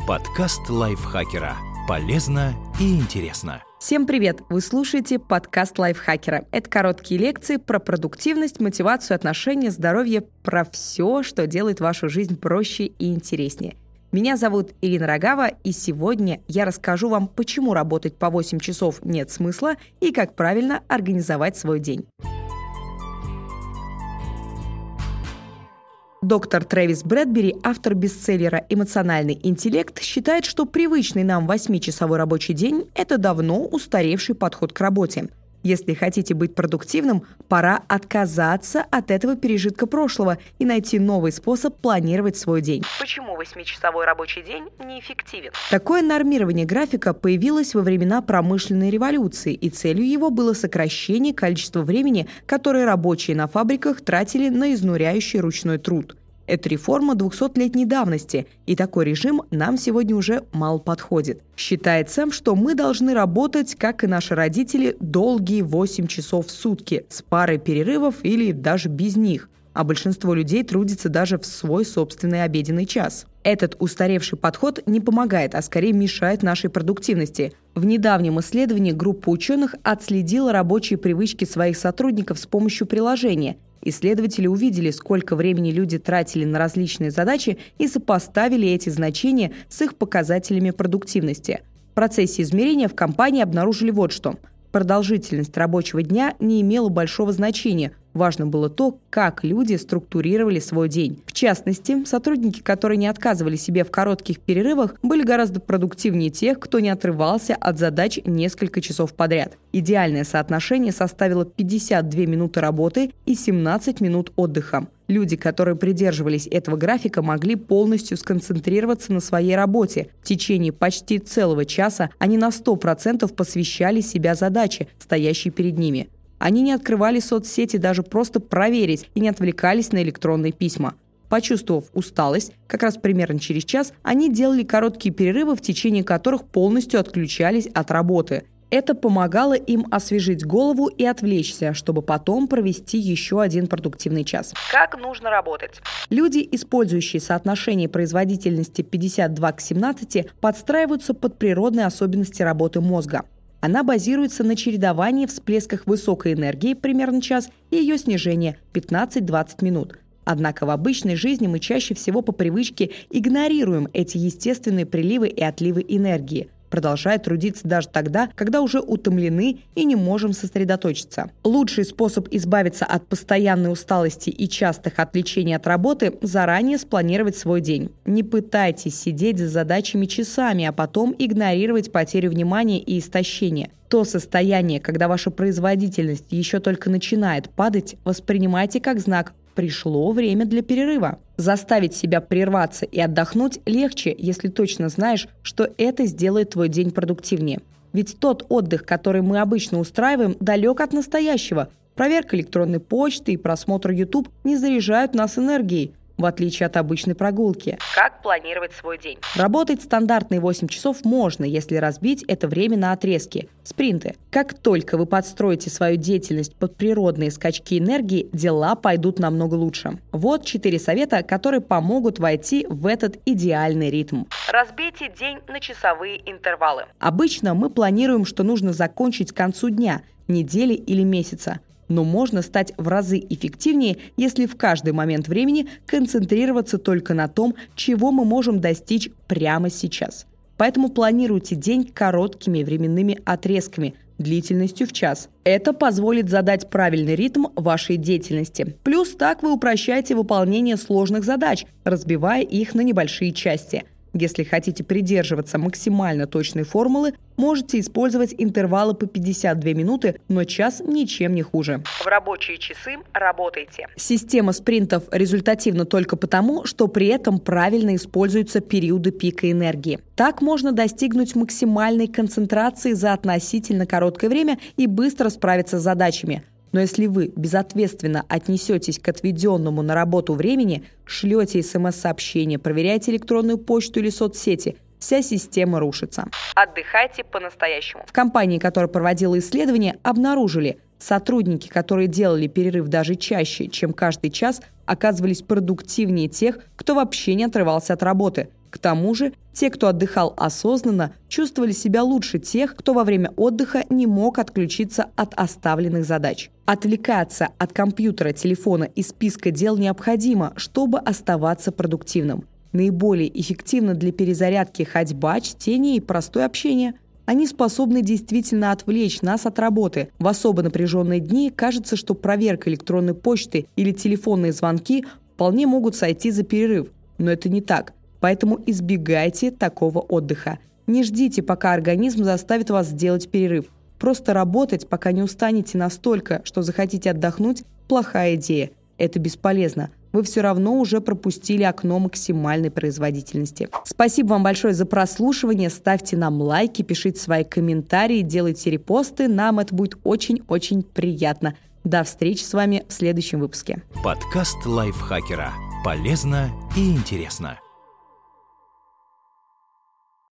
Подкаст лайфхакера. Полезно и интересно. Всем привет! Вы слушаете подкаст лайфхакера. Это короткие лекции про продуктивность, мотивацию, отношения, здоровье, про все, что делает вашу жизнь проще и интереснее. Меня зовут Ирина Рогава, и сегодня я расскажу вам, почему работать по 8 часов нет смысла и как правильно организовать свой день. Доктор Трэвис Брэдбери, автор бестселлера «Эмоциональный интеллект», считает, что привычный нам 8-часовой рабочий день – это давно устаревший подход к работе. Если хотите быть продуктивным, пора отказаться от этого пережитка прошлого и найти новый способ планировать свой день. Почему 8-часовой рабочий день неэффективен? Такое нормирование графика появилось во времена промышленной революции, и целью его было сокращение количества времени, которое рабочие на фабриках тратили на изнуряющий ручной труд. Это реформа 200-летней давности, и такой режим нам сегодня уже мало подходит. Считается, что мы должны работать, как и наши родители, долгие 8 часов в сутки, с парой перерывов или даже без них. А большинство людей трудится даже в свой собственный обеденный час. Этот устаревший подход не помогает, а скорее мешает нашей продуктивности. В недавнем исследовании группа ученых отследила рабочие привычки своих сотрудников с помощью приложения. Исследователи увидели, сколько времени люди тратили на различные задачи и сопоставили эти значения с их показателями продуктивности. В процессе измерения в компании обнаружили вот что. Продолжительность рабочего дня не имела большого значения. Важно было то, как люди структурировали свой день. В частности, сотрудники, которые не отказывали себе в коротких перерывах, были гораздо продуктивнее тех, кто не отрывался от задач несколько часов подряд. Идеальное соотношение составило 52 минуты работы и 17 минут отдыха. Люди, которые придерживались этого графика, могли полностью сконцентрироваться на своей работе. В течение почти целого часа они на 100% посвящали себя задаче, стоящей перед ними. Они не открывали соцсети даже просто проверить и не отвлекались на электронные письма. Почувствовав усталость, как раз примерно через час, они делали короткие перерывы, в течение которых полностью отключались от работы. Это помогало им освежить голову и отвлечься, чтобы потом провести еще один продуктивный час. Как нужно работать? Люди, использующие соотношение производительности 52:17, подстраиваются под природные особенности работы мозга. Она базируется на чередовании всплесках высокой энергии, примерно час, и ее снижение 15-20 минут. Однако в обычной жизни мы чаще всего по привычке игнорируем эти естественные приливы и отливы энергии, продолжая трудиться даже тогда, когда уже утомлены и не можем сосредоточиться. Лучший способ избавиться от постоянной усталости и частых отвлечений от работы – заранее спланировать свой день. Не пытайтесь сидеть за задачами часами, а потом игнорировать потерю внимания и истощение. То состояние, когда ваша производительность еще только начинает падать, воспринимайте как знак «пришло время для перерыва». Заставить себя прерваться и отдохнуть легче, если точно знаешь, что это сделает твой день продуктивнее. Ведь тот отдых, который мы обычно устраиваем, далек от настоящего. Проверка электронной почты и просмотр YouTube не заряжают нас энергией, в отличие от обычной прогулки. Как планировать свой день? Работать стандартные 8 часов можно, если разбить это время на отрезки, спринты. Как только вы подстроите свою деятельность под природные скачки энергии, дела пойдут намного лучше. Вот 4 совета, которые помогут войти в этот идеальный ритм. Разбейте день на часовые интервалы. Обычно мы планируем, что нужно закончить к концу дня, недели или месяца. Но можно стать в разы эффективнее, если в каждый момент времени концентрироваться только на том, чего мы можем достичь прямо сейчас. Поэтому планируйте день короткими временными отрезками, длительностью в час. Это позволит задать правильный ритм вашей деятельности. Плюс так вы упрощаете выполнение сложных задач, разбивая их на небольшие части. Если хотите придерживаться максимально точной формулы, можете использовать интервалы по 52 минуты, но час ничем не хуже. В рабочие часы работайте. Система спринтов результативна только потому, что при этом правильно используются периоды пика энергии. Так можно достигнуть максимальной концентрации за относительно короткое время и быстро справиться с задачами. Но если вы безответственно отнесетесь к отведенному на работу времени, шлете СМС-сообщения, проверяете электронную почту или соцсети, вся система рушится. Отдыхайте по-настоящему. В компании, которая проводила исследование, обнаружили, сотрудники, которые делали перерыв даже чаще, чем каждый час, оказывались продуктивнее тех, кто вообще не отрывался от работы. К тому же, те, кто отдыхал осознанно, чувствовали себя лучше тех, кто во время отдыха не мог отключиться от оставленных задач. Отвлекаться от компьютера, телефона и списка дел необходимо, чтобы оставаться продуктивным. Наиболее эффективно для перезарядки ходьба, чтение и простое общение. Они способны действительно отвлечь нас от работы. В особо напряженные дни кажется, что проверка электронной почты или телефонные звонки вполне могут сойти за перерыв. Но это не так. Поэтому избегайте такого отдыха. Не ждите, пока организм заставит вас сделать перерыв. Просто работать, пока не устанете настолько, что захотите отдохнуть – плохая идея. Это бесполезно. Вы все равно уже пропустили окно максимальной производительности. Спасибо вам большое за прослушивание. Ставьте нам лайки, пишите свои комментарии, делайте репосты. Нам это будет очень-очень приятно. До встречи с вами в следующем выпуске. Подкаст лайфхакера. Полезно и интересно.